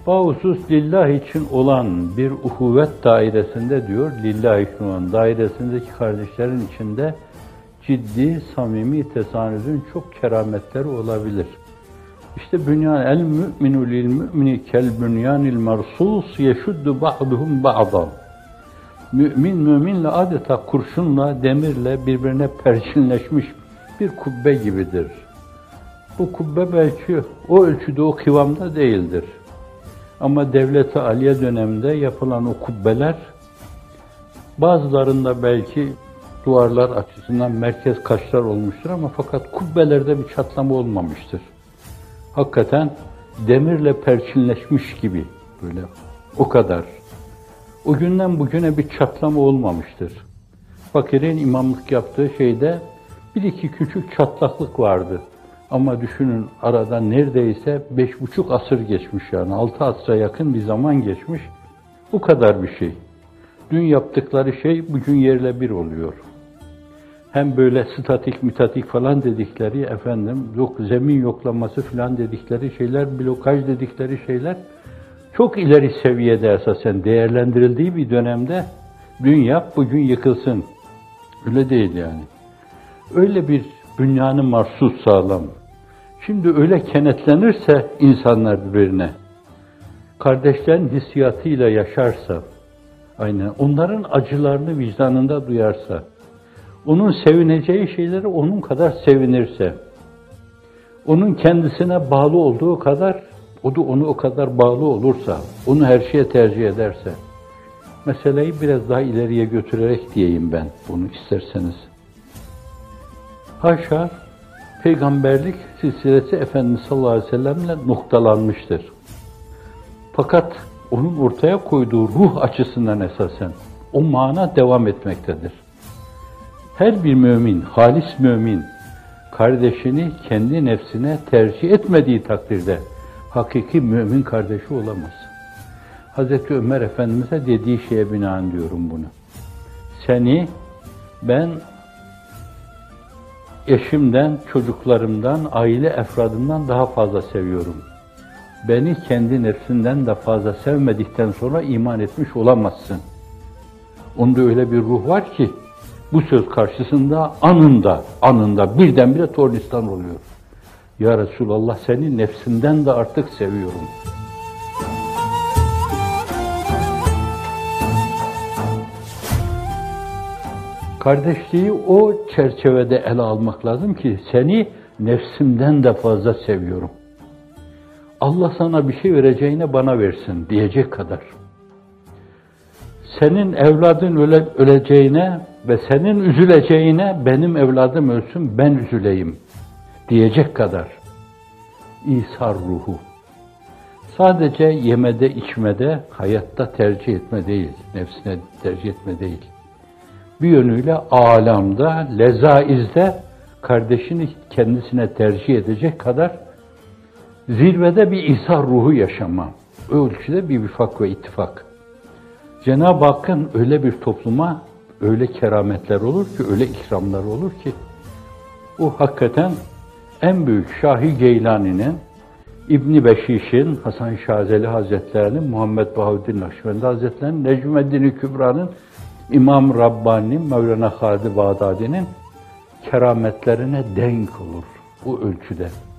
Bahusus lillah için olan bir uhuvvet dairesinde diyor, lillah için olan dairesindeki kardeşlerin içinde ciddi, samimi tesanüdün çok kerametleri olabilir. İşte bünyan el mü'minu lil mü'mini kel bünyanil mersus yeşuddu ba'duhum ba'da. Mümin müminle adeta kurşunla, demirle birbirine perçinleşmiş bir kubbe gibidir. Bu kubbe belki o ölçüde, o kıvamda değildir. Ama devlet-i aliye döneminde yapılan o kubbeler, bazılarında belki duvarlar açısından merkez kaşlar olmuştur ama fakat kubbelerde bir çatlama olmamıştır. Hakikaten demirle perçinleşmiş gibi böyle, o kadar. O günden bugüne bir çatlama olmamıştır. Fakir'in imamlık yaptığı şeyde bir iki küçük çatlaklık vardı. Ama düşünün arada neredeyse 5,5 asır geçmiş yani 6 asra yakın bir zaman geçmiş. Bu kadar bir şey. Dün yaptıkları şey bugün yerle bir oluyor. Hem böyle statik, mütatik falan dedikleri yok zemin yoklaması falan dedikleri şeyler, blokaj dedikleri şeyler çok ileri seviyede esasen değerlendirildiği bir dönemde dün yap, bugün yıkılsın. Öyle değil yani. Öyle bir bünyanı marsus sağlam. Şimdi öyle kenetlenirse insanlar birbirine, kardeşlerin hissiyatıyla yaşarsa, aynen onların acılarını vicdanında duyarsa, onun sevineceği şeyleri onun kadar sevinirse, onun kendisine bağlı olduğu kadar, o da onu o kadar bağlı olursa, onu her şeye tercih ederse, meseleyi biraz daha ileriye götürerek diyeyim ben bunu isterseniz. Haşa, peygamberlik silsilesi Efendimiz sallallahu aleyhi ve sellemle noktalanmıştır. Fakat onun ortaya koyduğu ruh açısından esasen o mana devam etmektedir. Her bir mümin, halis mümin, kardeşini kendi nefsine tercih etmediği takdirde hakiki mümin kardeşi olamaz. Hazreti Ömer Efendimiz'e dediği şeye binaen diyorum bunu. Seni ben eşimden, çocuklarımdan, aile efradımdan daha fazla seviyorum. Beni kendi nefsinden de fazla sevmedikten sonra iman etmiş olamazsın. Onda öyle bir ruh var ki, bu söz karşısında anında birdenbire tornistan oluyor. Ya Resulallah seni nefsinden de artık seviyorum. Kardeşliği o çerçevede ele almak lazım ki seni nefsimden de fazla seviyorum. Allah sana bir şey vereceğine bana versin diyecek kadar. Senin evladın öleceğine ve senin üzüleceğine benim evladım ölsün ben üzüleyim diyecek kadar. İsar ruhu. Sadece yemede, içmede, hayatta tercih etme değil, nefsine tercih etme değil. Bir yönüyle alamda, lezaizde kardeşini kendisine tercih edecek kadar zirvede bir İsa ruhu yaşama. Ölçüde bir vifak ve ittifak. Cenab-ı Hakk'ın öyle bir topluma öyle kerametler olur ki, öyle ikramlar olur ki o hakikaten en büyük Şah-ı Geylani'nin, İbn-i Beşiş'in, Hasan Şazeli Hazretleri'nin, Muhammed Bahuddin Nakşibendi Hazretleri'nin, Necmeddin-i Kübra'nın, İmam Rabbani, Mevlana Halid-i Bağdadi'nin kerametlerine denk olur bu ölçüde.